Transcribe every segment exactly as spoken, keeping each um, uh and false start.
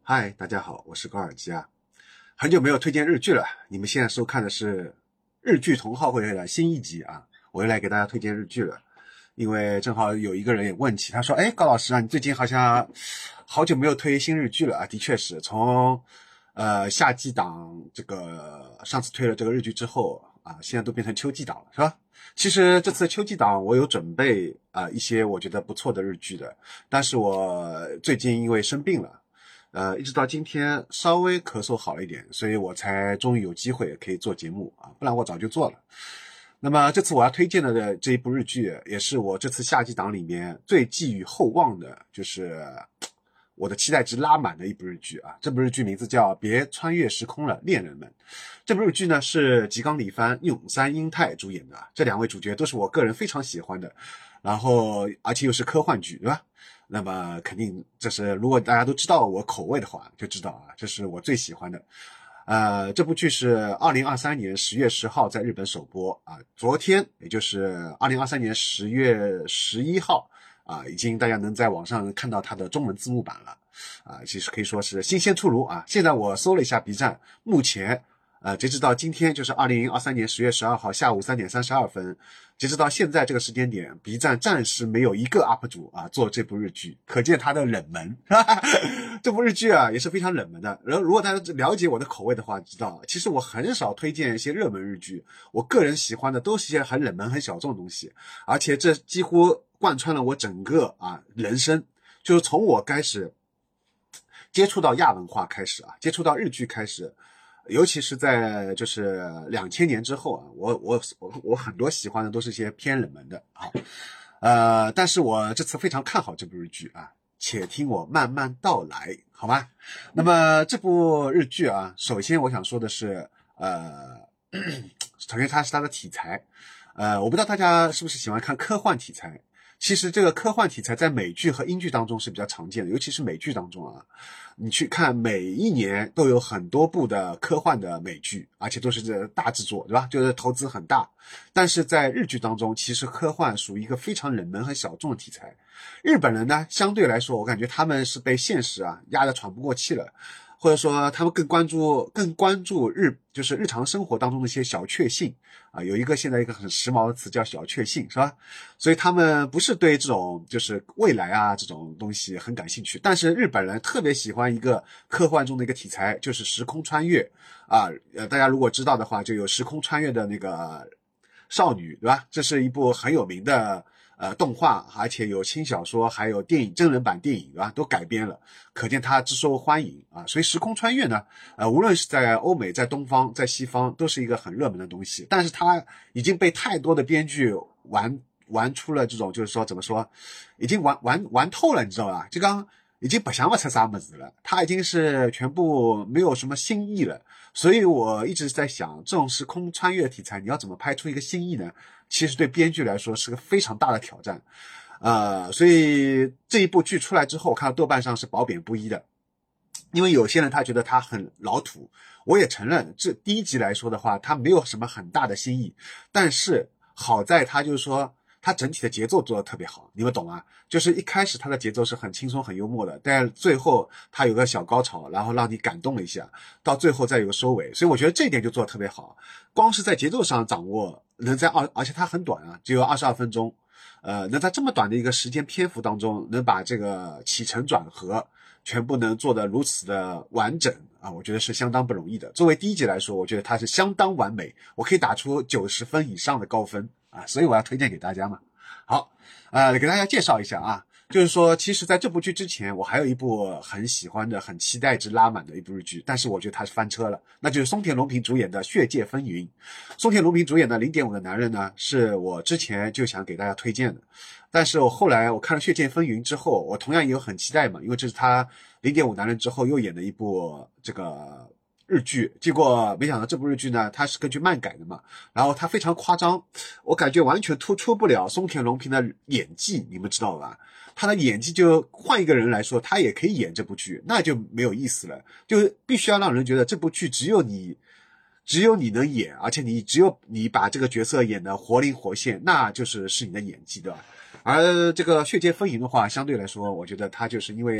嗨，大家好，我是高尔基啊。很久没有推荐日剧了，你们现在收看的是日剧同好会的新一集啊。我又来给大家推荐日剧了，因为正好有一个人也问起，他说：“哎，高老师啊，你最近好像好久没有推新日剧了啊。”的确是，从呃夏季档这个上次推了这个日剧之后啊，现在都变成秋季档了，是吧？其实这次秋季档我有准备啊、呃、一些我觉得不错的日剧的，但是我最近因为生病了。呃，一直到今天稍微咳嗽好了一点，所以我才终于有机会可以做节目啊，不然我早就做了。那么这次我要推荐的这一部日剧，也是我这次夏季档里面最寄予厚望的，就是我的期待值拉满的一部日剧啊。这部日剧名字叫《别穿越时空了，恋人们》。这部日剧呢是吉冈里帆、永山英太主演的，这两位主角都是我个人非常喜欢的，然后而且又是科幻剧，对吧？那么肯定这是，如果大家都知道我口味的话，就知道啊，这是我最喜欢的。呃，这部剧是二零二三年十月十号在日本首播啊，昨天也就是二零二三年十月十一号啊，已经大家能在网上看到它的中文字幕版了啊，其实可以说是新鲜出炉啊。现在我搜了一下 B 站，目前呃，截止到今天就是二零二三年十月十二号下午三点三十二分，截止到现在这个时间点 ，B 站暂时没有一个 U P 主啊做这部日剧，可见它的冷门。这部日剧啊也是非常冷门的。然后如果大家了解我的口味的话，知道其实我很少推荐一些热门日剧，我个人喜欢的都是一些很冷门、很小众的东西，而且这几乎贯穿了我整个啊人生，就是从我开始接触到亚文化开始啊，接触到日剧开始。尤其是在就是两千年之后啊，我我我我很多喜欢的都是一些偏冷门的啊，呃，但是我这次非常看好这部日剧啊，且听我慢慢道来，好吗？那么这部日剧啊，首先我想说的是，呃，首先它是它的题材，呃，我不知道大家是不是喜欢看科幻题材。其实这个科幻题材在美剧和英剧当中是比较常见的，尤其是美剧当中啊，你去看每一年都有很多部的科幻的美剧，而且都是这大制作，对吧？就是投资很大。但是在日剧当中，其实科幻属于一个非常冷门和小众的题材。日本人呢，相对来说，我感觉他们是被现实啊压得喘不过气了。或者说他们更关注更关注日就是日常生活当中的一些小确幸啊，有一个现在一个很时髦的词叫小确幸，是吧？所以他们不是对这种就是未来啊这种东西很感兴趣，但是日本人特别喜欢一个科幻中的一个题材，就是时空穿越啊。呃，大家如果知道的话，就有时空穿越的那个少女，对吧？这是一部很有名的呃，动画，而且有轻小说，还有电影真人版电影，对吧？都改编了，可见它之受欢迎啊。所以时空穿越呢，呃，无论是在欧美、在东方、在西方，都是一个很热门的东西。但是它已经被太多的编剧玩玩出了这种，就是说怎么说，已经玩玩玩透了，你知道吧？就刚已经不想不出啥么子了，它已经是全部没有什么新意了。所以我一直在想，这种时空穿越题材，你要怎么拍出一个新意呢？其实对编剧来说是个非常大的挑战，呃，所以这一部剧出来之后，我看到豆瓣上是褒贬不一的，因为有些人他觉得他很老土，我也承认，这第一集来说的话，它没有什么很大的新意，但是好在它就是说，它整体的节奏做得特别好，你们懂吗？就是一开始它的节奏是很轻松很幽默的，但最后它有个小高潮，然后让你感动了一下，到最后再有个收尾，所以我觉得这一点就做得特别好。光是在节奏上掌握，能在二，而且它很短啊，只有二十二分钟，呃，能在这么短的一个时间篇幅当中，能把这个起承转合全部能做得如此的完整啊，我觉得是相当不容易的。作为第一集来说，我觉得它是相当完美，我可以打出九十分以上的高分啊，所以我要推荐给大家嘛。好，呃，给大家介绍一下啊，就是说，其实在这部剧之前，我还有一部很喜欢的、很期待值拉满的一部日剧，但是我觉得它是翻车了，那就是松田龙平主演的《血界风云》。松田龙平主演的《零点五的男人》呢，是我之前就想给大家推荐的，但是我后来我看了《血界风云》之后，我同样也有很期待嘛，因为这是他《零点五男人》之后又演的一部这个日剧，结果没想到这部日剧呢，它是根据漫改的嘛，然后它非常夸张，我感觉完全突出不了松田龙平的演技，你们知道吧？他的演技就换一个人来说，他也可以演这部剧，那就没有意思了，就必须要让人觉得这部剧只有你，只有你能演，而且你只有你把这个角色演得活灵活现，那就是是你的演技，对吧？而这个《血界风云》的话，相对来说，我觉得它就是因为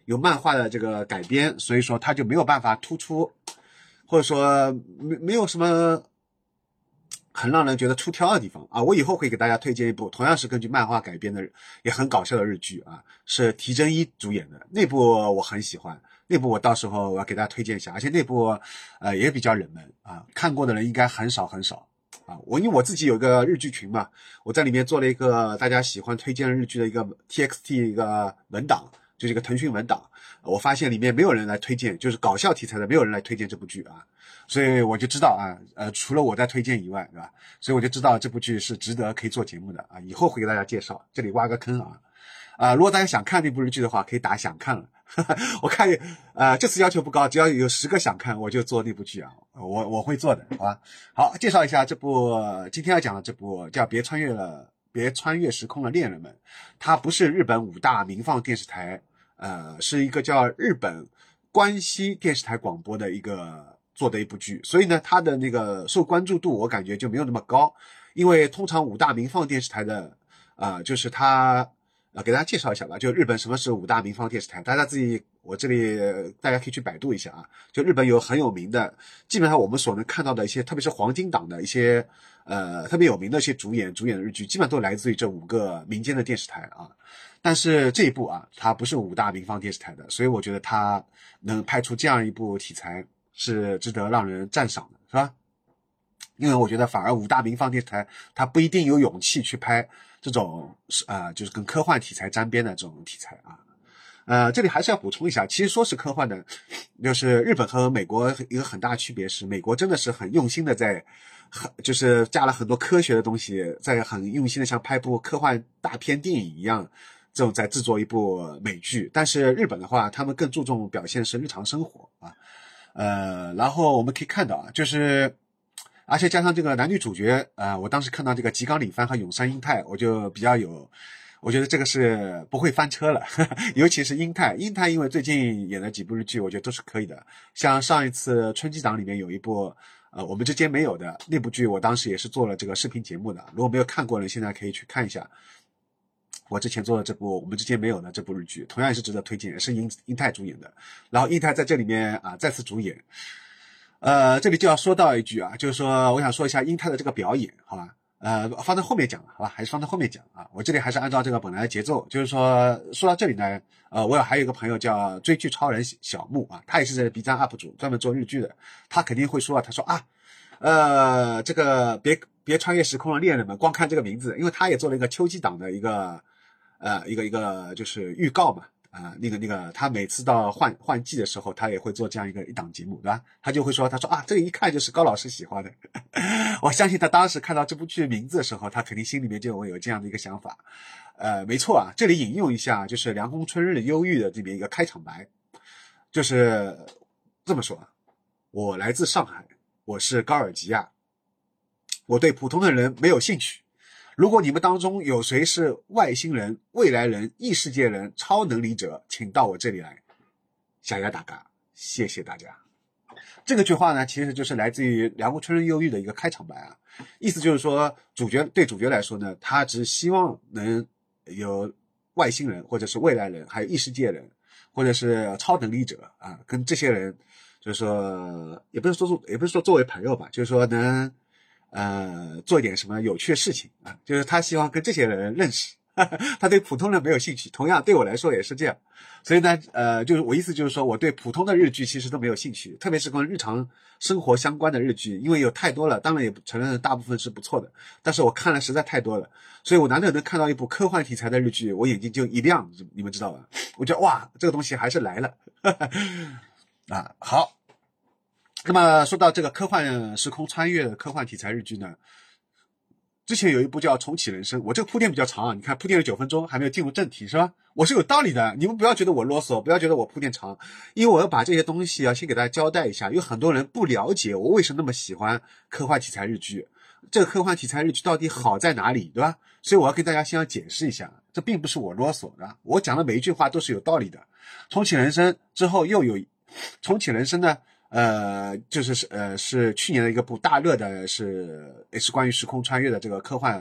有漫画的这个改编，所以说它就没有办法突出，或者说没没有什么很让人觉得出挑的地方啊。我以后会给大家推荐一部同样是根据漫画改编的也很搞笑的日剧啊，是提真一主演的，那部我很喜欢，那部我到时候我要给大家推荐一下，而且那部呃也比较冷门啊，看过的人应该很少很少啊。我因为我自己有个日剧群嘛，我在里面做了一个大家喜欢推荐日剧的一个 T X T 一个文档，就是一个腾讯文档，我发现里面没有人来推荐，就是搞笑题材的没有人来推荐这部剧啊，所以我就知道啊，呃，除了我在推荐以外，对吧？所以我就知道这部剧是值得可以做节目的啊，以后会给大家介绍，这里挖个坑啊。啊，如果大家想看那部日剧的话，可以打想看了。我看，呃，这次要求不高，只要有十个想看，我就做那部剧啊，我我会做的，好吧？好，介绍一下这部今天要讲的这部叫《别穿越了，别穿越时空的恋人们》，它不是日本五大民放电视台，呃，是一个叫日本关西电视台广播的一个做的一部剧，所以呢，它的那个受关注度我感觉就没有那么高，因为通常五大民放电视台的，呃，就是它。呃，给大家介绍一下吧，就日本什么是五大民放电视台，大家自己，我这里大家可以去百度一下啊。就日本有很有名的，基本上我们所能看到的一些，特别是黄金档的一些，呃，特别有名的一些主演主演的日剧，基本上都来自于这五个民间的电视台啊。但是这一部啊，它不是五大民放电视台的，所以我觉得它能拍出这样一部题材是值得让人赞赏的，是吧？因为我觉得反而五大民放电视台它不一定有勇气去拍这种呃就是跟科幻题材沾边的这种题材啊。呃这里还是要补充一下，其实说是科幻的，就是日本和美国一个很大的区别是，美国真的是很用心的在很就是加了很多科学的东西，在很用心的像拍部科幻大片电影一样这种在制作一部美剧，但是日本的话他们更注重表现是日常生活啊。呃然后我们可以看到啊，就是而且加上这个男女主角，呃，我当时看到这个吉冈里帆和永山英太，我就比较有，我觉得这个是不会翻车了，呵呵，尤其是英太，英太因为最近演了几部日剧，我觉得都是可以的。像上一次春季档里面有一部，呃，我们之间没有的那部剧，我当时也是做了这个视频节目的，如果没有看过的人，现在可以去看一下。我之前做的这部我们之间没有的这部日剧，同样也是值得推荐，也是英英太主演的。然后英太在这里面啊再次主演。呃，这里就要说到一句啊，就是说，我想说一下英泰的这个表演，好吧？呃，放在后面讲，好吧？还是放在后面讲啊。我这里还是按照这个本来的节奏，就是说，说到这里呢，呃，我有还有一个朋友叫追剧超人小木啊，他也是 B 站 U P 主，专门做日剧的，他肯定会说啊，他说啊，呃，这个别别穿越时空的恋人们，光看这个名字，因为他也做了一个秋季档的一个呃一个一个就是预告嘛。啊、呃，那个那个，他每次到换换季的时候，他也会做这样一个一档节目，对吧？他就会说，他说啊，这个一看就是高老师喜欢的。我相信他当时看到这部剧的名字的时候，他肯定心里面就会有这样的一个想法。呃，没错啊，这里引用一下，就是凉宫春日忧郁的这边一个开场白，就是这么说：我来自上海，我是高尔吉亚，我对普通的人没有兴趣。如果你们当中有谁是外星人、未来人、异世界人、超能力者，请到我这里来。小鸭打嘎，谢谢大家。这个句话呢，其实就是来自于《凉宫春日忧郁》的一个开场白啊，意思就是说，主角对主角来说呢，他只希望能有外星人，或者是未来人，还有异世界人，或者是超能力者啊，跟这些人，就是说，也不是说也不是说作为朋友吧，就是说能。呃，做一点什么有趣的事情啊，就是他希望跟这些人认识，呵呵，他对普通人没有兴趣，同样对我来说也是这样。所以呢，呃，就是我意思就是说，我对普通的日剧其实都没有兴趣，特别是跟日常生活相关的日剧，因为有太多了，当然也承认大部分是不错的，但是我看了实在太多了，所以我难得能看到一部科幻题材的日剧，我眼睛就一亮，你们知道吧？我觉得哇，这个东西还是来了，呵呵啊，好。那么说到这个科幻时空穿越的科幻题材日剧呢，之前有一部叫《重启人生》，我这个铺垫比较长啊，你看铺垫了九分钟还没有进入正题是吧？我是有道理的，你们不要觉得我啰嗦，不要觉得我铺垫长，因为我要把这些东西啊先给大家交代一下，有很多人不了解我为什么那么喜欢科幻题材日剧，这个科幻题材日剧到底好在哪里，对吧？所以我要跟大家先要解释一下，这并不是我啰嗦的，我讲的每一句话都是有道理的。重启人生之后又有重启人生呢。呃，就是呃是去年的一个部大热的是也是关于时空穿越的这个科幻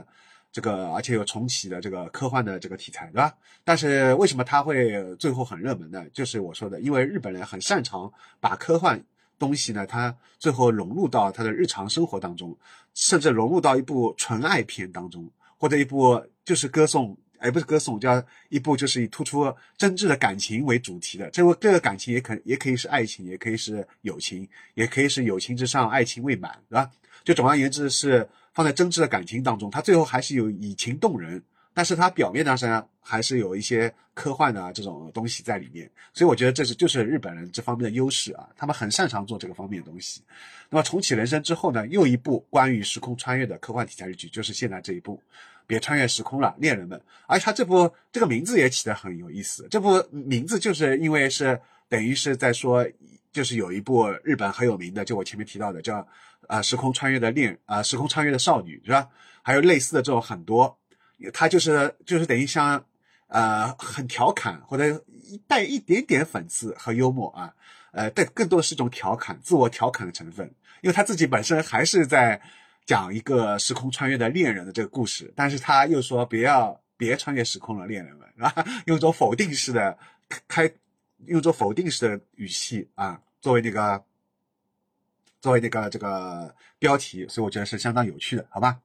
这个而且有重启的这个科幻的这个题材，对吧？但是为什么它会最后很热门呢？就是我说的，因为日本人很擅长把科幻东西呢，它最后融入到他的日常生活当中，甚至融入到一部纯爱片当中，或者一部就是歌颂，哎，不是歌颂，叫一部就是以突出真挚的感情为主题的。这个这个感情也可也可以是爱情，也可以是友情，也可以是友情之上爱情未满，对吧？就总而言之是放在真挚的感情当中，它最后还是有以情动人，但是它表面上还是有一些科幻的这种东西在里面。所以我觉得这是就是日本人这方面的优势啊，他们很擅长做这个方面的东西。那么重启人生之后呢，又一部关于时空穿越的科幻题材日剧，就是现在这一部别穿越时空了，恋人们。而且它这部这个名字也起得很有意思，这部名字就是因为是等于是在说，就是有一部日本很有名的，就我前面提到的叫呃时空穿越的恋啊、呃、时空穿越的少女，是吧？还有类似的这种很多，它就是就是等于像呃很调侃或者带一点点讽刺和幽默啊，呃但更多的是一种调侃，自我调侃的成分，因为他自己本身还是在讲一个时空穿越的恋人的这个故事，但是他又说别要别穿越时空了，恋人们，是吧？用一种否定式的开，用一种否定式的语气啊，作为那个作为那个这个标题，所以我觉得是相当有趣的，好吧？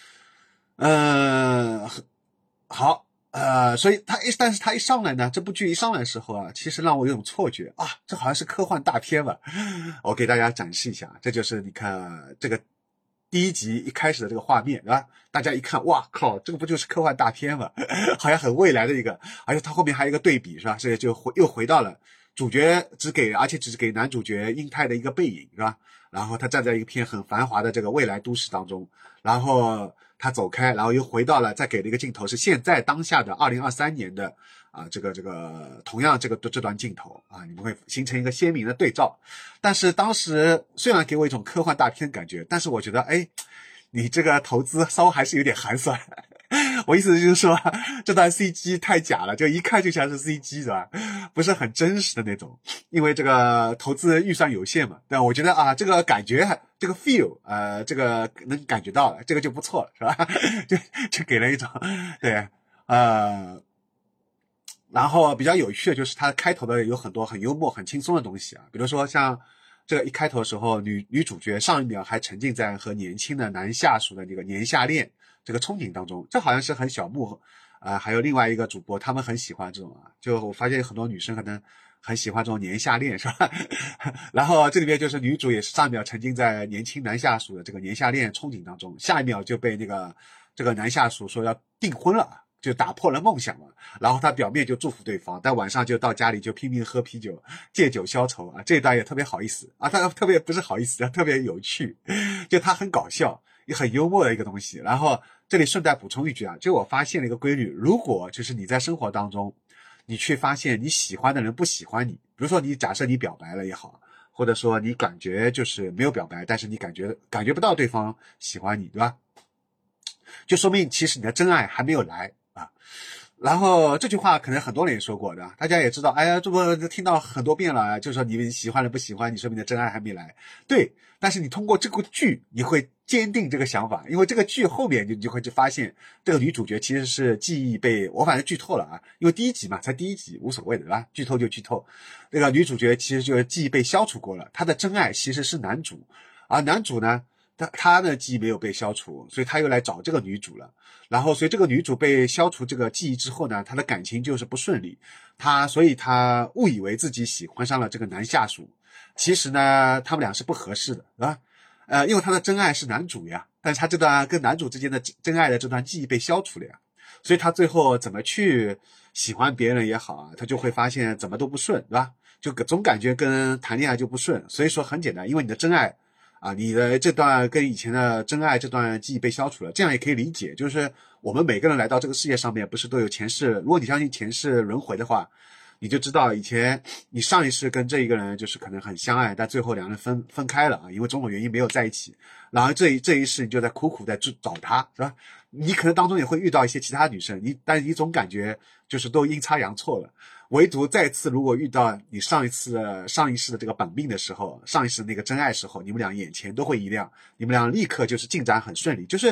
嗯、呃，好，呃，所以他一，但是他一上来呢，这部剧一上来的时候啊，其实让我有种错觉啊，这好像是科幻大片吧？我给大家展示一下，这就是你看这个第一集一开始的这个画面，对吧？大家一看，哇靠，这个不就是科幻大片吗？好像很未来的一个，而且它后面还有一个对比，是吧？所以就回又回到了主角只给，而且只是给男主角英泰的一个背影，是吧？然后他站在一片很繁华的这个未来都市当中，然后他走开，然后又回到了，再给了一个镜头是现在当下的二零二三年的啊，这个这个同样这个这段镜头啊，你们会形成一个鲜明的对照。但是当时虽然给我一种科幻大片感觉，但是我觉得哎，你这个投资稍微还是有点寒酸。我意思就是说，这段 C G 太假了，就一看就像是 C G 是吧？不是很真实的那种，因为这个投资预算有限嘛。但我觉得啊，这个感觉，这个 feel， 呃，这个能感觉到了，这个就不错了，是吧？就就给了一种对，呃，然后比较有趣的就是它开头的有很多很幽默、很轻松的东西啊，比如说像这个一开头的时候，女女主角上一秒还沉浸在和年轻的男下属的这个年下恋这个憧憬当中，这好像是很小木啊、呃，还有另外一个主播，他们很喜欢这种啊，就我发现很多女生可能很喜欢这种年下恋，是吧？然后这里面就是女主也是上一秒沉浸在年轻男下属的这个年下恋憧憬当中，下一秒就被那个这个男下属说要订婚了，就打破了梦想了。然后他表面就祝福对方，但晚上就到家里就拼命喝啤酒，借酒消愁啊。这一段也特别好意思啊，他特别不是好意思，特别有趣，就他很搞笑，也很幽默的一个东西。然后这里顺带补充一句啊，就我发现了一个规律，如果就是你在生活当中，你去发现你喜欢的人不喜欢你，比如说你假设你表白了也好，或者说你感觉就是没有表白，但是你感觉感觉不到对方喜欢你，对吧？就说明其实你的真爱还没有来啊。然后这句话可能很多人也说过的，大家也知道，哎呀，这不听到很多遍了，就说你们喜欢人不喜欢你，说明你的真爱还没来。对，但是你通过这个剧，你会坚定这个想法，因为这个剧后面你就会去发现，这个女主角其实是记忆被我反正剧透了啊，因为第一集嘛，才第一集无所谓的，对吧？剧透就剧透，这个女主角其实就是记忆被消除过了，她的真爱其实是男主，而男主呢，他他的记忆没有被消除，所以他又来找这个女主了。然后，所以这个女主被消除这个记忆之后呢，她的感情就是不顺利。她，所以她误以为自己喜欢上了这个男下属，其实呢，他们俩是不合适的，是吧？呃，因为她的真爱是男主呀，但是她这段跟男主之间的真爱的这段记忆被消除了呀，所以她最后怎么去喜欢别人也好啊，她就会发现怎么都不顺，对吧？就总感觉跟谈恋爱就不顺。所以说很简单，因为你的真爱。啊，你的这段跟以前的真爱这段记忆被消除了，这样也可以理解，就是我们每个人来到这个世界上面，不是都有前世？如果你相信前世轮回的话，你就知道以前你上一世跟这一个人就是可能很相爱，但最后两人分分开了啊，因为种种原因没有在一起。然后这一这一世你就在苦苦在找他，是吧？你可能当中也会遇到一些其他女生，你但是你总感觉就是都阴差阳错了。唯独再次如果遇到你上一次的上一世的这个本命的时候，上一世那个真爱时候，你们俩眼前都会一亮，你们俩立刻就是进展很顺利，就是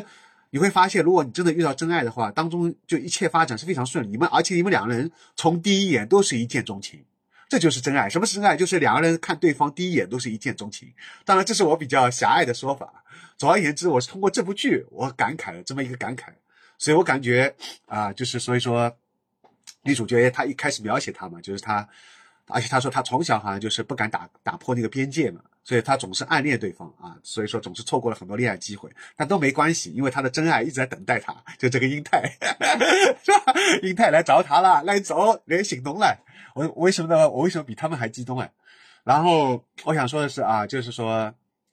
你会发现，如果你真的遇到真爱的话，当中就一切发展是非常顺利。你们而且你们两人从第一眼都是一见钟情，这就是真爱。什么是真爱？就是两个人看对方第一眼都是一见钟情。当然，这是我比较狭隘的说法。总而言之，我是通过这部剧我感慨了这么一个感慨，所以我感觉啊、呃，就是所以说女主角她一开始描写她嘛，就是她。而且他说他从小好像就是不敢打打破那个边界嘛，所以他总是暗恋对方啊，所以说总是错过了很多恋爱机会，但都没关系，因为他的真爱一直在等待他，就这个英泰，是吧？英泰来找他了，来走，连行动了。我我为什么呢？我为什么比他们还激动啊？然后我想说的是啊，就是说，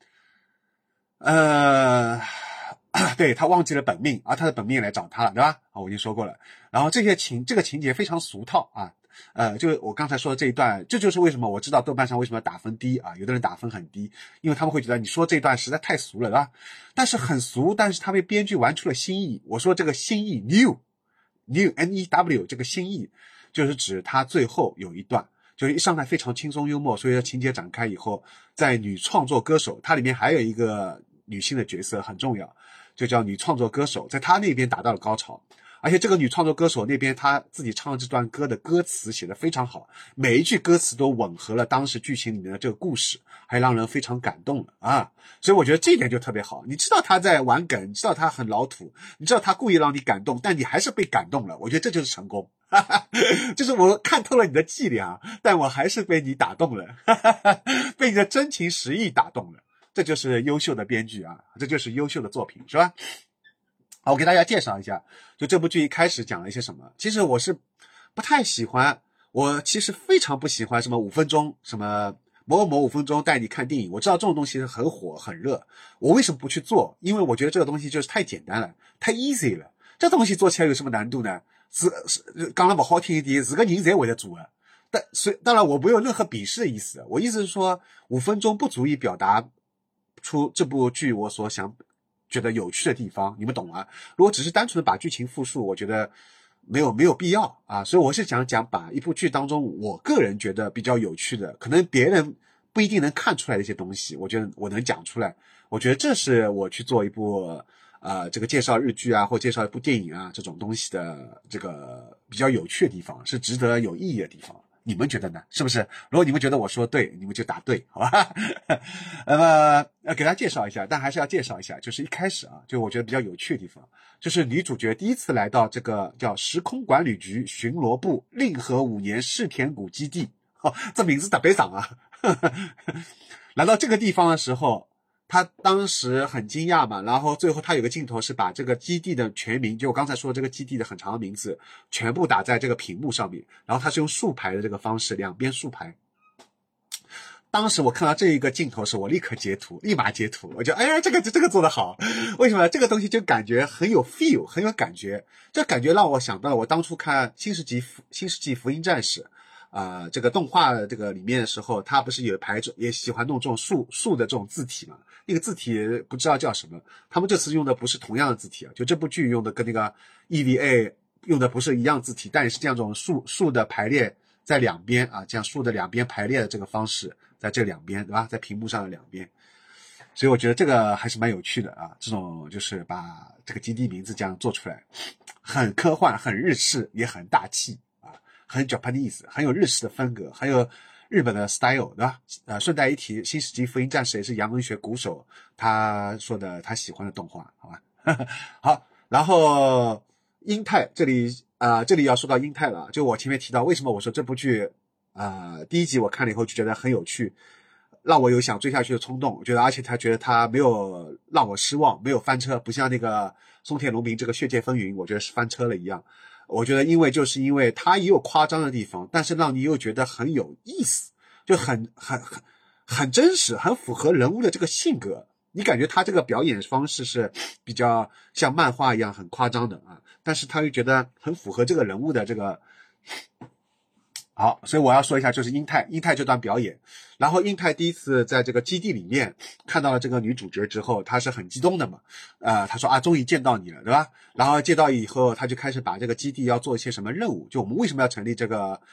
呃。对，他忘记了本命，而他的本命来找他了，对吧？啊，我已经说过了。然后这些情，这个情节非常俗套啊，呃，就我刚才说的这一段，这就是为什么我知道豆瓣上为什么要打分低啊，有的人打分很低，因为他们会觉得你说这段实在太俗了，对吧？但是很俗，但是他为编剧玩出了新意。我说这个新意 new new n e w 这个新意，就是指他最后有一段。就是一上来非常轻松幽默，所以情节展开以后，在女创作歌手，它里面还有一个女性的角色很重要，就叫女创作歌手，在她那边达到了高潮。而且这个女创作歌手那边她自己唱的这段歌的歌词写得非常好，每一句歌词都吻合了当时剧情里面的这个故事，还让人非常感动了啊！所以我觉得这一点就特别好。你知道他在玩梗，你知道他很老土，你知道他故意让你感动，但你还是被感动了，我觉得这就是成功。就是我看透了你的伎俩，但我还是被你打动了，被你的真情实意打动了，这就是优秀的编剧啊，这就是优秀的作品，是吧？好，我给大家介绍一下，就这部剧一开始讲了一些什么。其实我是不太喜欢，我其实非常不喜欢什么五分钟，什么某某五分钟带你看电影。我知道这种东西很火很热，我为什么不去做？因为我觉得这个东西就是太简单了，太 easy 了。这东西做起来有什么难度呢？是是，讲了不好听一点，是个人才会得做的。但所当然我没有任何鄙视的意思，我意思是说，五分钟不足以表达出这部剧我所想觉得有趣的地方，你们懂啊？如果只是单纯的把剧情复述，我觉得没有没有必要啊。所以我是想讲把一部剧当中我个人觉得比较有趣的，可能别人不一定能看出来的一些东西，我觉得我能讲出来。我觉得这是我去做一部呃这个介绍日剧啊，或介绍一部电影啊这种东西的这个比较有趣的地方，是值得有意义的地方。你们觉得呢？是不是？如果你们觉得我说对，你们就答对，好吧？那么要给大家介绍一下，但还是要介绍一下，就是一开始啊，就我觉得比较有趣的地方，就是女主角第一次来到这个叫时空管理局巡逻部令和五年世田谷基地，哦，这名字特别长啊。来到这个地方的时候，他当时很惊讶嘛，然后最后他有个镜头是把这个基地的全名，就我刚才说的这个基地的很长的名字全部打在这个屏幕上面，然后他是用竖排的这个方式，两边竖排。当时我看到这一个镜头时，我立刻截图，立马截图，我就哎呀，这个这个做得好，为什么？这个东西就感觉很有 feel， 很有感觉，这感觉让我想到了我当初看新世纪新世纪福音战士。啊、呃，这个动画这个里面的时候，他不是有排也喜欢弄这种竖竖的这种字体嘛？那个字体不知道叫什么，他们这次用的不是同样的字体啊，就这部剧用的跟那个 E V A 用的不是一样字体，但也是这样一种竖竖的排列在两边啊，这样竖的两边排列的这个方式，在这两边对吧？在屏幕上的两边，所以我觉得这个还是蛮有趣的啊，这种就是把这个基地名字这样做出来，很科幻，很日式，也很大气。很 Japanese， 很有日式的风格，很有日本的 style， 对吧？呃，顺带一提，新世纪福音战士也是洋文学鼓手他说的他喜欢的动画，好吧？好，然后英泰这里啊、呃，这里要说到英泰了，就我前面提到，为什么我说这部剧啊、呃，第一集我看了以后就觉得很有趣，让我有想追下去的冲动。我觉得，而且他觉得他没有让我失望，没有翻车，不像那个松田龙平这个《血界风云》，我觉得是翻车了一样。我觉得因为就是因为它也有夸张的地方，但是让你又觉得很有意思，就很很很很真实，很符合人物的这个性格。你感觉他这个表演方式是比较像漫画一样很夸张的啊，但是他又觉得很符合这个人物的这个。好，所以我要说一下，就是英泰英泰这段表演。然后英泰第一次在这个基地里面看到了这个女主角之后，他是很激动的嘛，呃，他说啊，终于见到你了，对吧？然后见到以后，他就开始把这个基地要做一些什么任务，就我们为什么要成立这个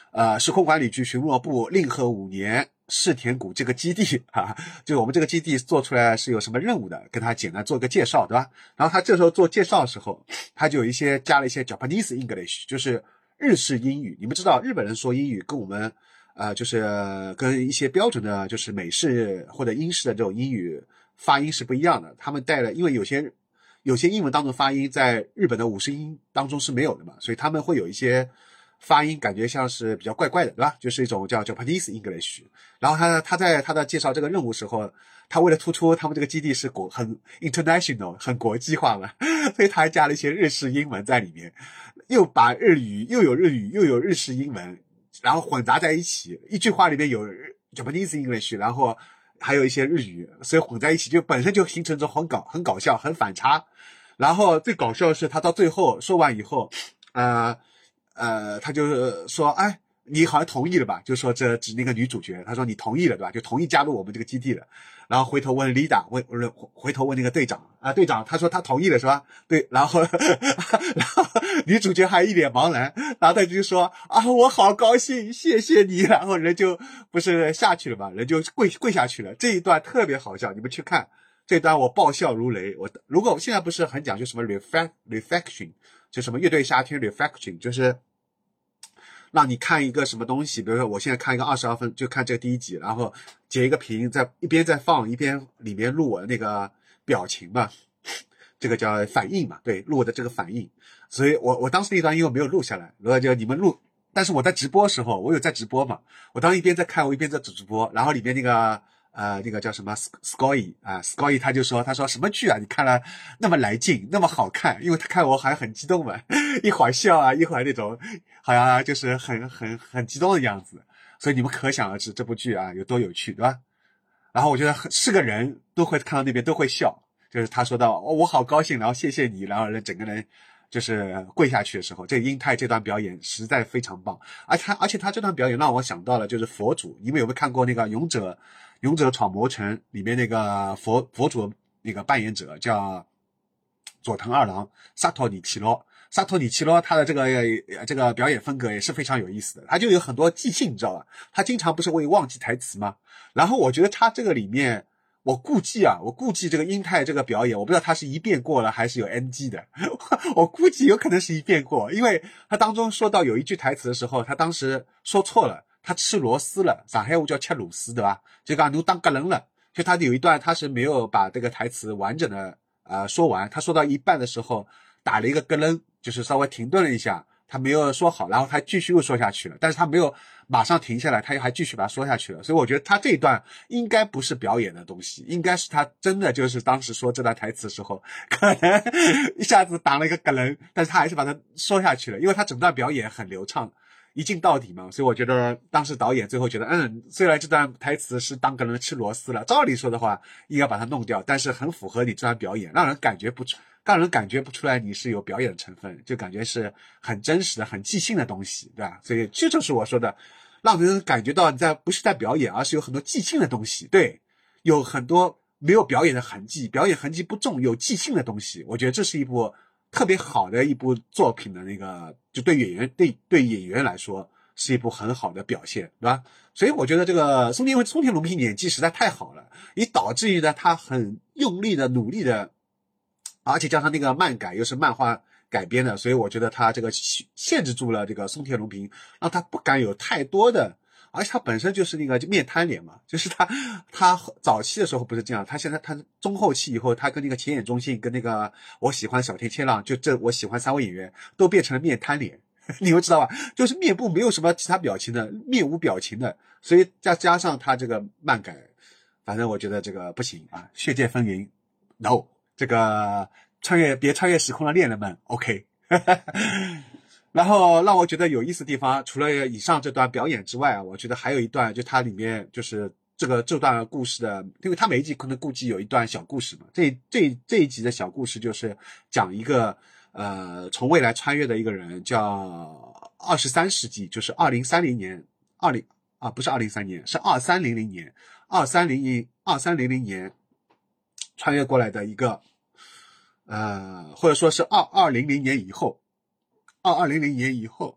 呃时空管理局巡逻部令和五年世田谷这个基地啊，就是我们这个基地做出来是有什么任务的，跟他简单做个介绍，对吧？然后他这时候做介绍的时候，他就有一些加了一些 Japanese English， 就是日式英语。你们知道日本人说英语跟我们呃就是跟一些标准的就是美式或者英式的这种英语发音是不一样的，他们带了，因为有些有些英文当中发音在日本的五十音当中是没有的嘛，所以他们会有一些发音感觉像是比较怪怪的，对吧？就是一种叫 Japanese English。然后他他在他的介绍这个任务时候，他为了突出他们这个基地是国很 international 很国际化嘛，所以他还加了一些日式英文在里面，又把日语又有日语又有日式英文，然后混杂在一起，一句话里面有 Japanese English， 然后还有一些日语，所以混在一起就本身就形成这很搞很搞笑很反差。然后最搞笑的是他到最后说完以后，呃呃，他就说，哎，你好像同意了吧？就说这指那个女主角，他说你同意了对吧？就同意加入我们这个基地了。然后回头问 Lida， 问回头问那个队长啊，队长他说他同意了是吧？对，然后然后女主角还一脸茫然，然后他就说啊，我好高兴，谢谢你。然后人就不是下去了嘛，人就跪跪下去了。这一段特别好笑，你们去看这段，我爆笑如雷。我如果我现在不是很讲究什么 reflect reflection， 就什么乐队夏天 reflection， 就是让你看一个什么东西，比如说我现在看一个二十二分，就看这个第一集，然后截一个屏，在一边在放，一边里面录我的那个表情嘛，这个叫反应嘛，对，录我的这个反应。所以我我当时那段因为没有录下来，如果就你们录，但是我在直播的时候，我有在直播嘛，我当时一边在看，我一边在直播，然后里面那个呃那个叫什么 Scoy 啊 Scoy 他就说，他说什么剧啊，你看了那么来劲，那么好看，因为他看我好像很激动嘛，一会儿笑啊，一会儿那种好像就是很很很激动的样子，所以你们可想而知这部剧啊有多有趣，对吧？然后我觉得是个人都会看到那边都会笑，就是他说到、哦、我好高兴，然后谢谢你，然后人整个人就是跪下去的时候，这英泰这段表演实在非常棒。而他而且他这段表演让我想到了就是佛祖，你们有没有看过那个勇者勇者闯魔城里面那个佛佛祖那个扮演者叫佐藤二郎萨托尼奇罗，萨托尼奇罗他的这个这个表演风格也是非常有意思的，他就有很多即兴，你知道吧？他经常不是会忘记台词吗？然后我觉得他这个里面，我估计啊，我估计这个英泰这个表演，我不知道他是一遍过了还是有 N G 的，我估计有可能是一遍过，因为他当中说到有一句台词的时候，他当时说错了，他吃螺丝了，上海话叫吃螺丝，对吧？就讲侬当个人了，就他有一段他是没有把这个台词完整的呃说完，他说到一半的时候打了一个咯楞，就是稍微停顿了一下，他没有说好，然后他继续又说下去了，但是他没有马上停下来，他还继续把它说下去了，所以我觉得他这一段应该不是表演的东西，应该是他真的就是当时说这段台词的时候，可能一下子打了一个咯楞，但是他还是把它说下去了，因为他整段表演很流畅，一镜到底嘛，所以我觉得当时导演最后觉得，嗯，虽然这段台词是当个人吃螺丝了，照理说的话应该把它弄掉，但是很符合你这段表演，让人感觉不出。让人感觉不出来你是有表演的成分，就感觉是很真实的很即兴的东西，对吧？所以这就是我说的让人感觉到你在不是在表演，而是有很多即兴的东西，对，有很多没有表演的痕迹，表演痕迹不重，有即兴的东西，我觉得这是一部特别好的一部作品的那个，就对演员对对演员来说是一部很好的表现，对吧？所以我觉得这个松田松田龙平演技实在太好了，也导致于呢他很用力的努力的，而且加上那个漫改又是漫画改编的，所以我觉得他这个限制住了这个松田龙平，让他不敢有太多的，而且他本身就是那个面瘫脸嘛，就是他他早期的时候不是这样，他现在他中后期以后，他跟那个浅野忠信跟那个我喜欢小田切让，就这我喜欢三位演员都变成了面瘫脸，你们知道吧？就是面部没有什么其他表情的，面无表情的，所以再加上他这个漫改，反正我觉得这个不行啊，血界风云 no。这个穿越别穿越时空的恋人们 OK 然后让我觉得有意思的地方，除了以上这段表演之外啊，我觉得还有一段，就它里面就是这个这段故事的，因为它每一集可能估计有一段小故事嘛，这这这一集的小故事就是讲一个呃从未来穿越的一个人，叫二十三世纪，就是二零三零年二零啊不是二零三年，是二三零零年二三零零二三零零年穿越过来的一个呃或者说是二二零零年以后二二零零年以后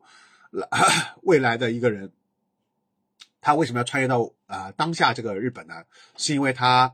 未来的一个人，他为什么要穿越到啊、呃、当下这个日本呢？是因为他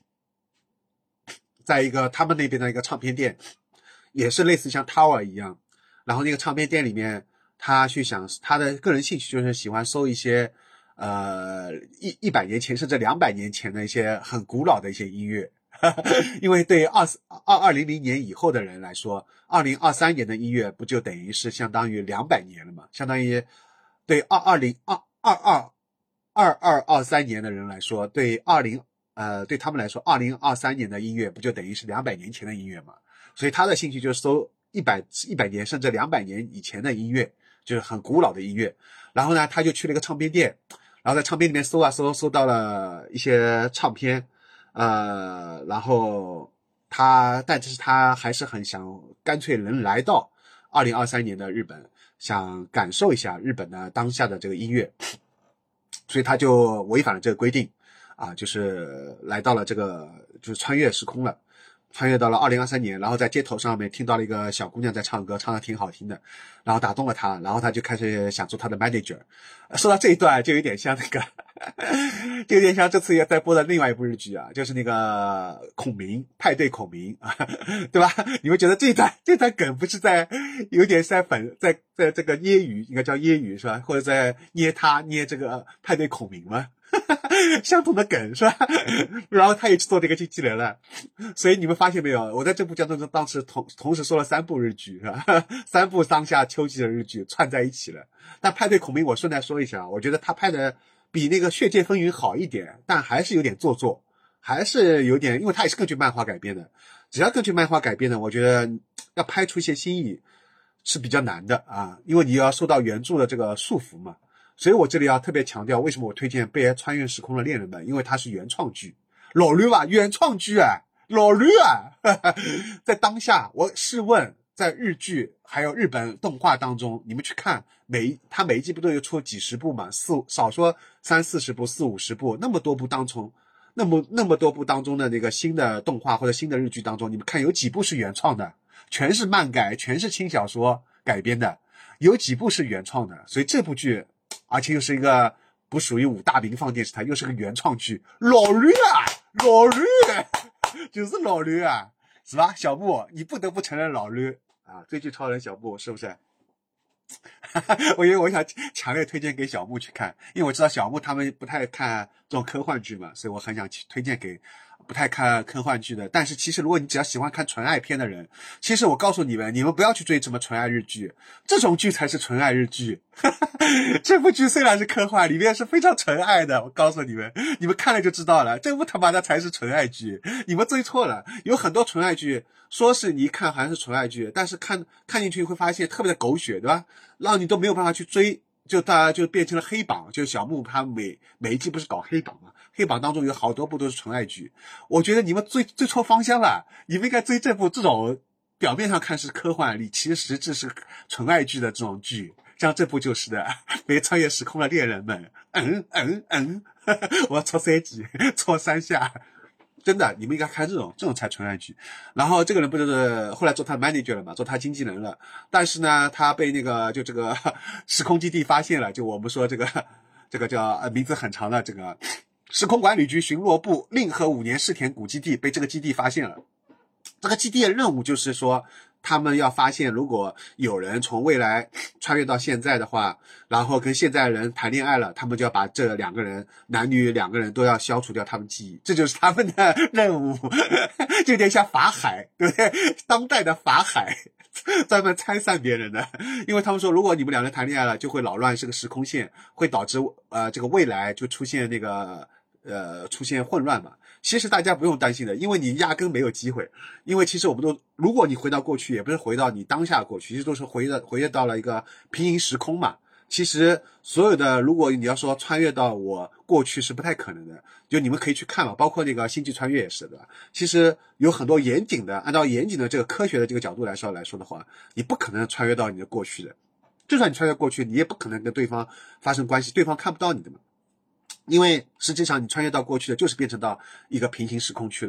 在一个他们那边的一个唱片店，也是类似像 Tower 一样，然后那个唱片店里面，他去想他的个人兴趣就是喜欢搜一些呃一一百年前甚至两百年前的一些很古老的一些音乐。因为对二二二零零年以后的人来说，二零二三年的音乐不就等于是相当于两百年了嘛？相当于对二二零二二二二二二三年的人来说，对二零呃对他们来说，二零二三年的音乐不就等于是两百年前的音乐嘛？所以他的兴趣就是搜一百一百年甚至两百年以前的音乐，就是很古老的音乐。然后呢，他就去了一个唱片店，然后在唱片里面搜啊搜，搜到了一些唱片。呃，然后他，但是他还是很想，干脆能来到二零二三年的日本，想感受一下日本的当下的这个音乐，所以他就违反了这个规定，啊，就是来到了这个，就是穿越时空了。穿越到了二零二三年，然后在街头上面听到了一个小姑娘在唱歌，唱得挺好听的，然后打动了他，然后他就开始想做他的 manager。说到这一段，就有点像那个，就有点像这次也在播的另外一部日剧啊，就是那个孔明派对孔明啊，对吧？你们觉得这段这段梗不是在有点在粉在在这个揶揄，应该叫揶揄是吧？或者在捏他捏这个派对孔明吗？相同的梗是吧？然后他也去做这个经纪人了，所以你们发现没有？我在这部讲当中当时同同时说了三部日剧是吧？三部当下秋季的日剧串在一起了。但派对孔明我顺带说一下，我觉得他拍的比那个《血界风云》好一点，但还是有点做作，还是有点，因为他也是根据漫画改编的。只要根据漫画改编的，我觉得要拍出一些新意是比较难的啊，因为你要受到原著的这个束缚嘛。所以我这里要特别强调，为什么我推荐《贝尔穿越时空的恋人们》，因为它是原创剧，老驴啊，原创剧啊，老驴啊，在当下，我试问，在日剧还有日本动画当中，你们去看每它每一季不都有出几十部嘛，四少说三四十部、四五十部，那么多部当中，那么那么多部当中的那个新的动画或者新的日剧当中，你们看有几部是原创的？全是漫改，全是轻小说改编的，有几部是原创的？所以这部剧。而且又是一个不属于五大民放电视台，又是个原创剧，老驴啊，老驴，就是老驴啊，是吧？小布，你不得不承认老驴啊，追剧超人小布是不是？我因为我想强烈推荐给小木去看，因为我知道小木他们不太看这种科幻剧嘛，所以我很想推荐给不太看科幻剧的。但是其实如果你只要喜欢看纯爱片的人，其实我告诉你们，你们不要去追什么纯爱日剧，这种剧才是纯爱日剧。这部剧虽然是科幻，里面是非常纯爱的，我告诉你们，你们看了就知道了，这部他妈的才是纯爱剧，你们追错了。有很多纯爱剧说是你一看好像是纯爱剧，但是看看进去会发现特别的狗血，对吧？让你都没有办法去追，就大家就变成了黑榜。就小木他每每一季不是搞黑榜吗？黑榜当中有好多部都是纯爱剧，我觉得你们追追错方向了，你们应该追这部这种表面上看是科幻，里其实实质是纯爱剧的这种剧。像这部就是的，被穿越时空的恋人们，嗯嗯嗯，我要戳三集，戳三下。真的，你们应该看这种，这种才纯爱剧。然后这个人不就是后来做他 manager 了嘛，做他经纪人了。但是呢，他被那个就这个时空基地发现了，就我们说这个这个叫呃名字很长的这个时空管理局巡逻部令和五年试田谷基地被这个基地发现了。这个基地的任务就是说，他们要发现，如果有人从未来穿越到现在的话，然后跟现在人谈恋爱了，他们就要把这两个人，男女两个人都要消除掉他们记忆，这就是他们的任务，就有点像法海，对不对？当代的法海，专门拆散别人的，因为他们说，如果你们两人谈恋爱了，就会扰乱这个时空线，会导致呃这个未来就出现那个呃出现混乱嘛。其实大家不用担心的，因为你压根没有机会。因为其实我们都，如果你回到过去，也不是回到你当下过去，其实都是回的回到了一个平行时空嘛。其实所有的，如果你要说穿越到我过去是不太可能的，就你们可以去看嘛，包括那个星际穿越也是的。其实有很多严谨的，按照严谨的这个科学的这个角度来说来说的话，你不可能穿越到你的过去的。就算你穿越过去，你也不可能跟对方发生关系，对方看不到你的嘛。因为实际上你穿越到过去的就是变成到一个平行时空去了，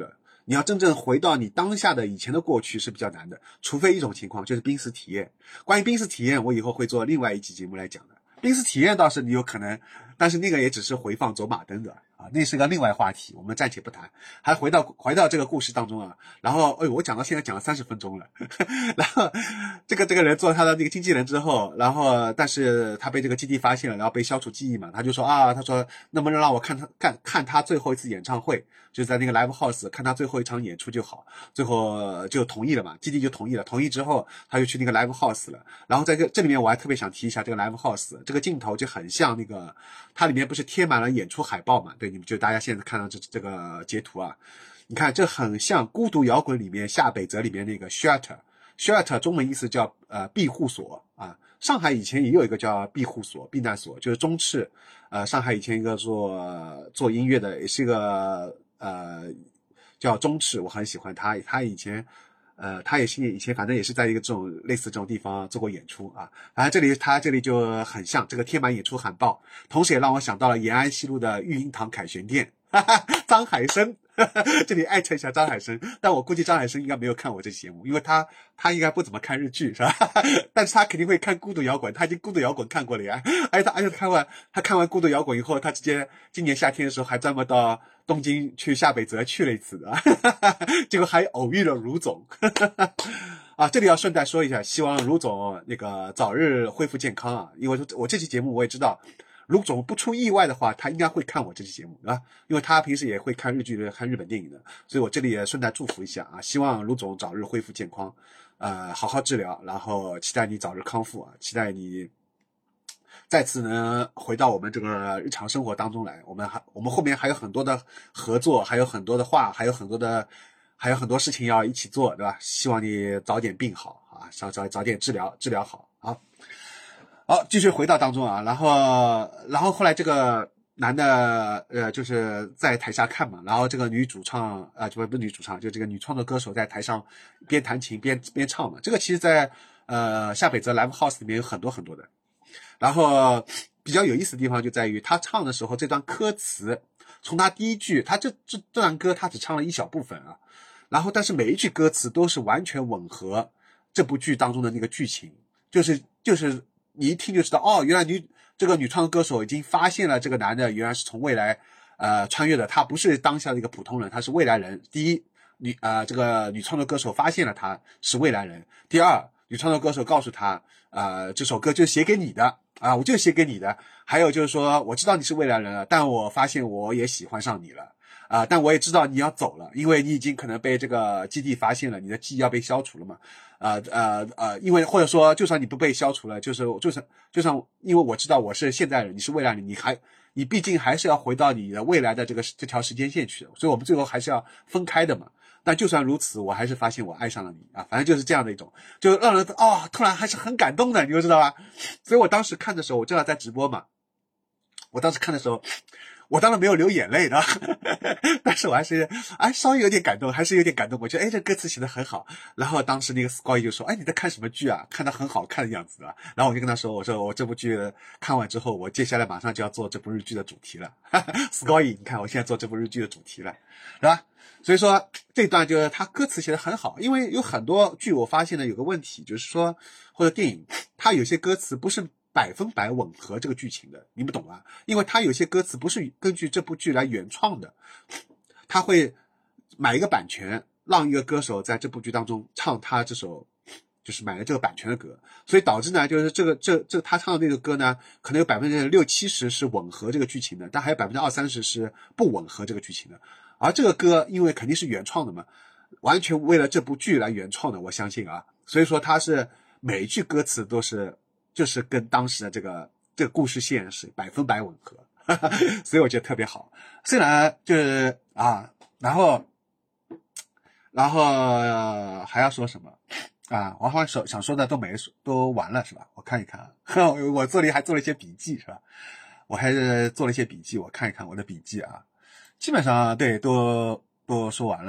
你要真正回到你当下的以前的过去是比较难的，除非一种情况就是濒死体验。关于濒死体验，我以后会做另外一期节目来讲的。濒死体验倒是你有可能，但是那个也只是回放走马灯的啊，那是个另外话题，我们暂且不谈。还回到回到这个故事当中啊，然后哎呦，我讲到现在讲了三十分钟了，然后这个这个人做他的那个经纪人之后，然后但是他被这个基地发现了，然后被消除记忆嘛，他就说啊，他说能不能让我看他看看他最后一次演唱会，就是在那个 live house 看他最后一场演出就好，最后就同意了嘛，基地就同意了，同意之后他就去那个 live house 了，然后在这这里面我还特别想提一下这个 live house 这个镜头就很像那个，它里面不是贴满了演出海报嘛？对，你们就大家现在看到这这个截图啊，你看这很像孤独摇滚里面夏北泽里面那个 shelter shelter 中文意思叫呃庇护所啊。上海以前也有一个叫庇护所、避难所，就是中赤，呃，上海以前一个做做音乐的，也是一个呃叫中赤，我很喜欢他，他以前。呃，他也是以前反正也是在一个这种类似这种地方做过演出啊。反正这里他这里就很像这个贴满演出海报，同时也让我想到了延安西路的育婴堂凯旋店，哈哈，张海生，哈哈，这里艾特一下张海生。但我估计张海生应该没有看我这节目，因为他他应该不怎么看日剧，是吧？但是他肯定会看孤独摇滚，他已经孤独摇滚看过了呀。而且他而且他看完他看完孤独摇滚以后，他直接今年夏天的时候还专门到东京去夏北泽去了一次的，结果还偶遇了卢总。啊，这里要顺带说一下，希望卢总那个早日恢复健康啊！因为我这期节目我也知道，卢总不出意外的话，他应该会看我这期节目啊，因为他平时也会看日剧、看日本电影的，所以我这里也顺带祝福一下啊！希望卢总早日恢复健康，呃，好好治疗，然后期待你早日康复啊！期待你再次呢回到我们这个日常生活当中来。我们还我们后面还有很多的合作，还有很多的话，还有很多的。还有很多事情要一起做，对吧？希望你早点病好啊，早早早点治疗治疗好啊。好，继续回到当中啊，然后然后后来这个男的呃就是在台下看嘛，然后这个女主唱啊、呃、就不是女主唱，就这个女创作歌手在台上边弹琴边边唱嘛。这个其实在呃夏北泽 live house 里面有很多很多的。然后比较有意思的地方就在于他唱的时候这段歌词，从他第一句，他这这这段歌他只唱了一小部分啊。然后但是每一句歌词都是完全吻合这部剧当中的那个剧情，就是就是你一听就知道，哦，原来女这个女创作歌手已经发现了这个男的原来是从未来呃穿越的，他不是当下的一个普通人，他是未来人。第一，女呃这个女创作歌手发现了他是未来人。第二，女创作歌手告诉他呃这首歌就写给你的啊，我就写给你的。还有就是说，我知道你是未来人了，但我发现我也喜欢上你了。啊、呃，但我也知道你要走了，因为你已经可能被这个基地发现了，你的记忆要被消除了嘛。呃呃呃，因为或者说，就算你不被消除了，就是就算就算，因为我知道我是现代人，你是未来人，你还你毕竟还是要回到你的未来的这个这条时间线去的，所以我们最后还是要分开的嘛。但就算如此，我还是发现我爱上了你啊，反正就是这样的一种，就让人哦，突然还是很感动的，你就知道吧。所以我当时看的时候，我正好在直播嘛，我当时看的时候。我当然没有流眼泪的，但是我还是哎稍微有点感动，还是有点感动。我觉得哎这歌词写得很好。然后当时那个 Sky 就说：“哎，你在看什么剧啊？看得很好看的样子啊。”然后我就跟他说：“我说我这部剧看完之后，我接下来马上就要做这部日剧的主题了。”Sky， 你看我现在做这部日剧的主题了，是吧？所以说这段就是他歌词写得很好，因为有很多剧我发现呢有个问题，就是说或者电影它有些歌词不是百分百吻合这个剧情的，你们懂啊？因为他有些歌词不是根据这部剧来原创的，他会买一个版权，让一个歌手在这部剧当中唱他这首就是买了这个版权的歌，所以导致呢，就是这个这这他唱的那个歌呢，可能有百分之六七十是吻合这个剧情的，但还有百分之二三十是不吻合这个剧情的。而这个歌因为肯定是原创的嘛，完全为了这部剧来原创的，我相信啊，所以说他是每一句歌词都是。就是跟当时的这个这个故事线是百分百吻合，呵呵，所以我觉得特别好。虽然就是啊，然后然后、呃、还要说什么啊？我好像想说的都没说，都完了是吧？我看一看啊，我这里还做了一些笔记是吧？我还是做了一些笔记，我看一看我的笔记啊，基本上对都都说完了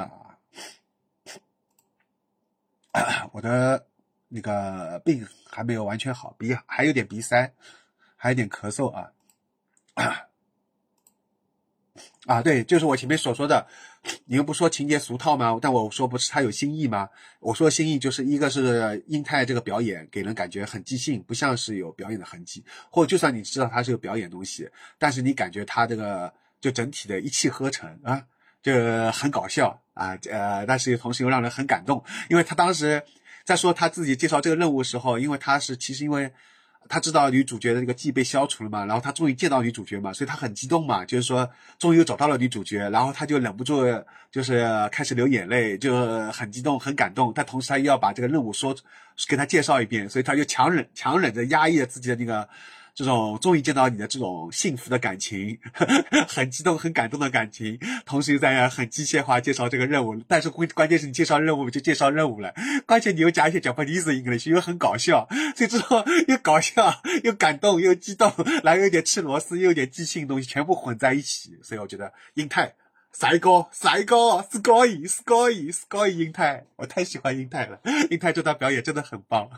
啊。我的。那个病还没有完全好，鼻还有点鼻塞，还有点咳嗽啊。 啊，对，就是我前面所说的，你又不说情节俗套吗？但我说不是他有新意吗？我说新意就是一个是英泰这个表演给人感觉很即兴，不像是有表演的痕迹，或者就算你知道他是有表演东西，但是你感觉他这个就整体的一气呵成啊，就很搞笑啊，呃，但是同时又让人很感动，因为他当时在说他自己介绍这个任务的时候，因为他是其实因为。他知道女主角的这个记忆被消除了嘛，然后他终于见到女主角嘛，所以他很激动嘛，就是说终于又找到了女主角，然后他就忍不住就是开始流眼泪，就很激动很感动，但同时他又要把这个任务说给他介绍一遍，所以他就强忍强忍着压抑了自己的那个这种终于见到你的这种幸福的感情，呵呵很激动很感动的感情，同时又在很机械化介绍这个任务，但是关键是你介绍任务就介绍任务了，关键你又加一些 Japanese English， 又很搞笑，所以之后又搞笑又感动又激动，然后有点吃螺丝又有点即兴的东西全部混在一起，所以我觉得英泰最高最高すごいすごいすごい英泰，我太喜欢英泰了，英泰这段表演真的很棒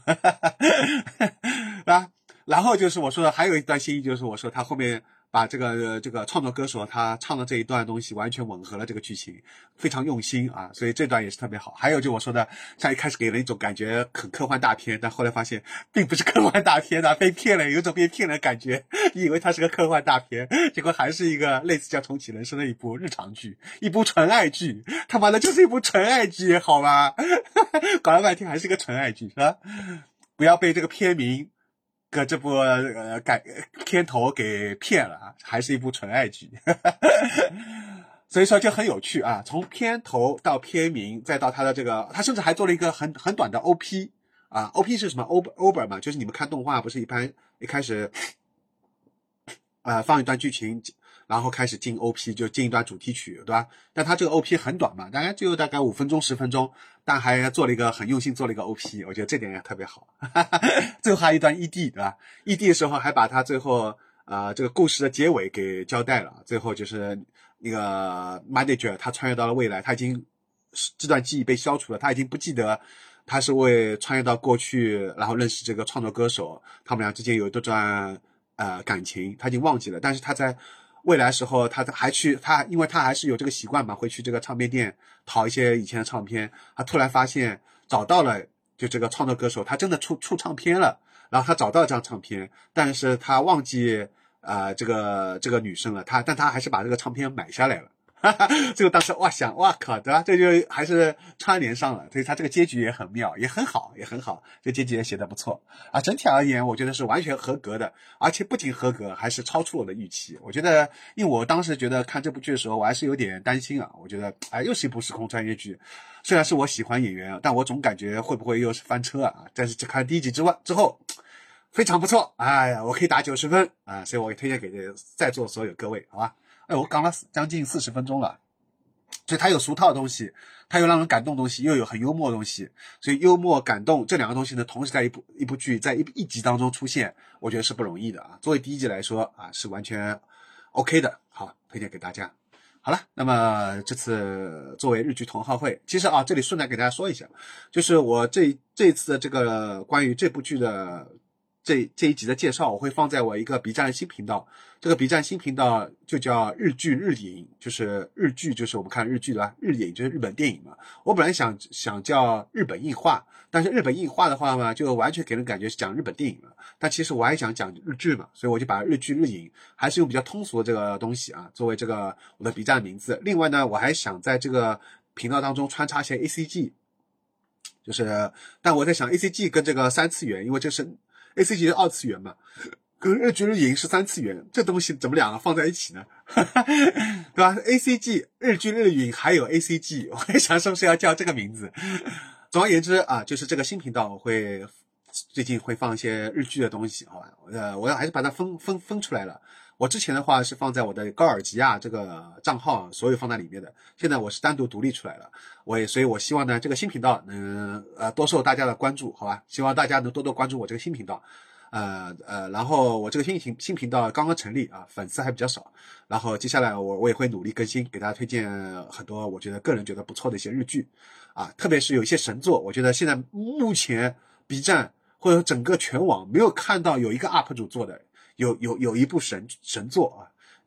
啊。然后就是我说的还有一段新意，就是我说他后面把这个、呃、这个创作歌手他唱的这一段东西完全吻合了这个剧情，非常用心啊，所以这段也是特别好。还有就我说的，像一开始给人一种感觉很科幻大片，但后来发现并不是科幻大片啊，被骗了，有种被骗的感觉，你以为它是个科幻大片，结果还是一个类似叫重启人生的一部日常剧，一部纯爱剧，他妈的就是一部纯爱剧，好吧搞了半天还是个纯爱剧，是吧？不要被这个片名个这部呃改片头给骗了，还是一部纯爱剧所以说就很有趣啊，从片头到片名再到他的这个，他甚至还做了一个很很短的 O P 啊 ，O P 是什么 over over 嘛，就是你们看动画不是一般一开始呃放一段剧情，然后开始进 O P 就进一段主题曲，对吧？但他这个 O P 很短嘛，大概就大概五分钟十分钟，但还做了一个很用心做了一个 O P， 我觉得这点也特别好最后还有一段 E D， 对吧？ E D 的时候还把他最后呃这个故事的结尾给交代了，最后就是那个 manager 他穿越到了未来，他已经这段记忆被消除了，他已经不记得他是为穿越到过去然后认识这个创作歌手，他们俩之间有一段呃感情他已经忘记了，但是他在未来时候他还去他因为他还是有这个习惯嘛，会去这个唱片店淘一些以前的唱片，他突然发现找到了就这个创作歌手，他真的出出唱片了，然后他找到了这张唱片，但是他忘记呃这个这个女生了，他但他还是把这个唱片买下来了这个当时哇想哇靠，对吧？这就还是串联上了，所以他这个结局也很妙，也很好，也很好，这结局也写得不错啊。整体而言，我觉得是完全合格的，而且不仅合格，还是超出我的预期。我觉得，因为我当时觉得看这部剧的时候，我还是有点担心啊。我觉得，哎，又是一部时空穿越剧，虽然是我喜欢演员，但我总感觉会不会又是翻车啊？但是只看第一集之外之后，非常不错，哎呀，我可以打九十分啊，所以我也推荐给在座所有各位，好吧？哎，我讲了将近四十分钟了，所以它有俗套的东西，它有让人感动的东西，又有很幽默的东西，所以幽默感动这两个东西呢，同时在一部一部剧在一一集当中出现，我觉得是不容易的啊。作为第一集来说啊，是完全 OK 的，好，推荐给大家。好了，那么这次作为日剧同好会，其实啊，这里顺带给大家说一下，就是我这这次的这个关于这部剧的。这这一集的介绍我会放在我一个 B 站新频道，这个 B 站新频道就叫日剧日影，就是日剧就是我们看日剧的，日影就是日本电影嘛。我本来想想叫日本映画，但是日本映画的话嘛，就完全给人感觉是讲日本电影了。但其实我还想讲日剧嘛，所以我就把日剧日影还是用比较通俗的这个东西啊，作为这个我的 B 站名字。另外呢，我还想在这个频道当中穿插一些 A C G， 就是，但我在想 A C G 跟这个三次元，因为这是。A C G 是二次元嘛，跟日剧日影是三次元，这东西怎么两个放在一起呢？对吧 ？A C G 日剧日影还有 A C G， 我在想是不是要叫这个名字。总而言之啊，就是这个新频道我会最近会放一些日剧的东西，好吧？呃，我还是把它分分分出来了。我之前的话是放在我的高尔吉亚这个账号，所有放在里面的。现在我是单独独立出来了，我也，所以我希望呢，这个新频道能呃多受大家的关注，好吧？希望大家能多多关注我这个新频道，呃呃，然后我这个新新新频道刚刚成立啊，粉丝还比较少，然后接下来我我也会努力更新，给大家推荐很多我觉得个人觉得不错的一些日剧啊，特别是有一些神作，我觉得现在目前 B 站或者整个全网没有看到有一个 U P 主做的。有有有一部神神作啊，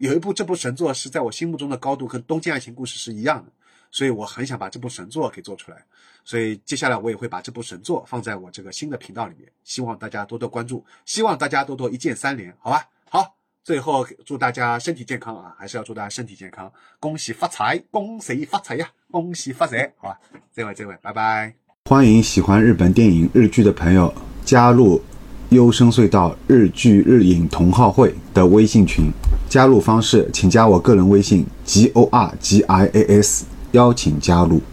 有一部这部神作是在我心目中的高度跟《东京爱情故事》是一样的，所以我很想把这部神作给做出来。所以接下来我也会把这部神作放在我这个新的频道里面，希望大家多多关注，希望大家多多一键三连，好吧？好，最后祝大家身体健康啊，还是要祝大家身体健康，恭喜发财，恭喜发财呀，恭喜发财，好吧？这位这位，拜拜。欢迎喜欢日本电影日剧的朋友加入优声隧道日剧日影同好会的微信群，加入方式请加我个人微信 G O R G I A S， 邀请加入。